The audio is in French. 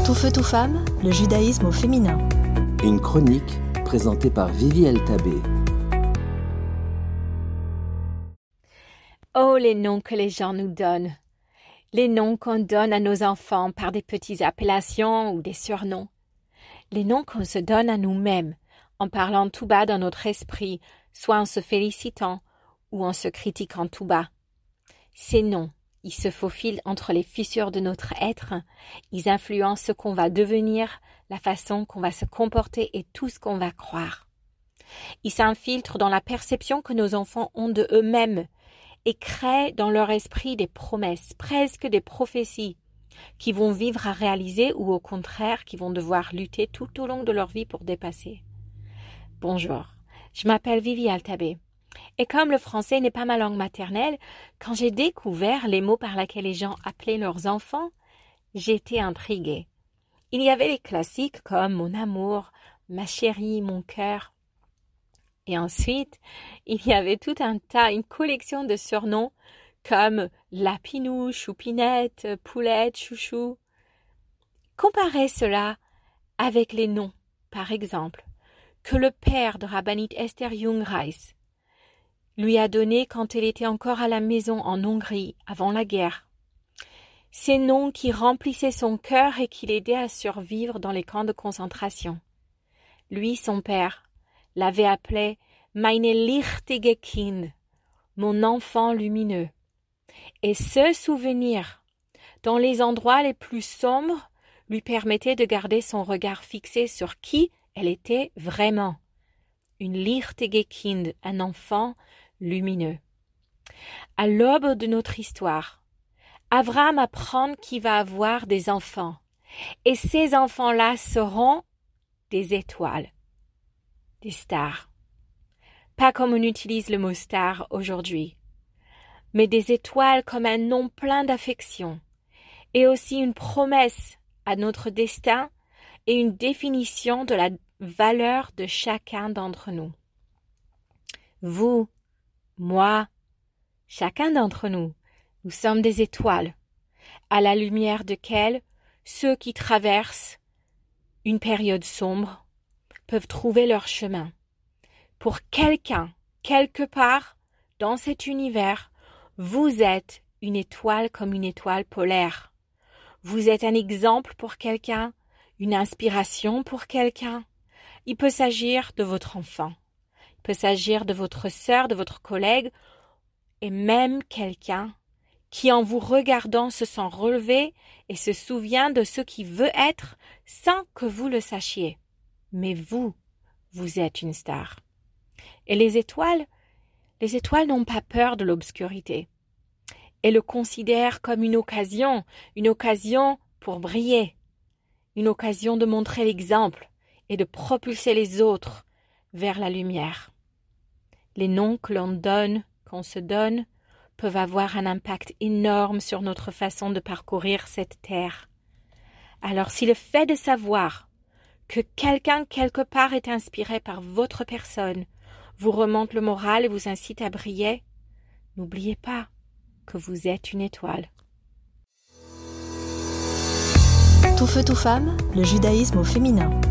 Tout feu, tout femme, le judaïsme au féminin. Une chronique présentée par Vivi Altabé. Oh, les noms que les gens nous donnent. Les noms qu'on donne à nos enfants par des petites appellations ou des surnoms. Les noms qu'on se donne à nous-mêmes en parlant tout bas dans notre esprit, soit en se félicitant ou en se critiquant tout bas. Ces noms, ils se faufilent entre les fissures de notre être, ils influencent ce qu'on va devenir, la façon qu'on va se comporter et tout ce qu'on va croire. Ils s'infiltrent dans la perception que nos enfants ont de eux-mêmes et créent dans leur esprit des promesses, presque des prophéties, qui vont vivre à réaliser ou au contraire qui vont devoir lutter tout au long de leur vie pour dépasser. Bonjour, je m'appelle Vivi Altabé. Et comme le français n'est pas ma langue maternelle, quand j'ai découvert les mots par lesquels les gens appelaient leurs enfants, j'étais intriguée. Il y avait les classiques comme mon amour, ma chérie, mon cœur. Et ensuite, il y avait tout un tas, une collection de surnoms comme Lapinou, Choupinette, Poulette, Chouchou. Comparez cela avec les noms, par exemple, que le père de Rabbinit Esther Jungreis lui a donné quand elle était encore à la maison en Hongrie avant la guerre. Ces noms qui remplissaient son cœur et qui l'aidaient à survivre dans les camps de concentration. Lui, son père, l'avait appelé « Meine lichtige Kind », mon enfant lumineux. Et ce souvenir, dans les endroits les plus sombres, lui permettait de garder son regard fixé sur qui elle était vraiment. Une lichtige Kind, un enfant lumineux. À l'aube de notre histoire, Abraham apprend qu'il va avoir des enfants. Et ces enfants-là seront des étoiles, des stars. Pas comme on utilise le mot star aujourd'hui, mais des étoiles comme un nom plein d'affection et aussi une promesse à notre destin et une définition de la valeur de chacun d'entre nous. Vous, moi, chacun d'entre nous, nous sommes des étoiles, à la lumière desquelles ceux qui traversent une période sombre peuvent trouver leur chemin. Pour quelqu'un, quelque part, dans cet univers, vous êtes une étoile comme une étoile polaire. Vous êtes un exemple pour quelqu'un, une inspiration pour quelqu'un. Il peut s'agir de votre enfant. Il peut s'agir de votre sœur, de votre collègue, et même quelqu'un qui, en vous regardant, se sent relevé et se souvient de ce qu'il veut être sans que vous le sachiez. Mais vous êtes une star. Et les étoiles n'ont pas peur de l'obscurité. Elles le considèrent comme une occasion pour briller, une occasion de montrer l'exemple et de propulser les autres vers la lumière. Les noms que l'on donne, qu'on se donne, peuvent avoir un impact énorme sur notre façon de parcourir cette terre. Alors si le fait de savoir que quelqu'un quelque part est inspiré par votre personne vous remonte le moral et vous incite à briller, n'oubliez pas que vous êtes une étoile. Tout feu, tout femme, le judaïsme au féminin.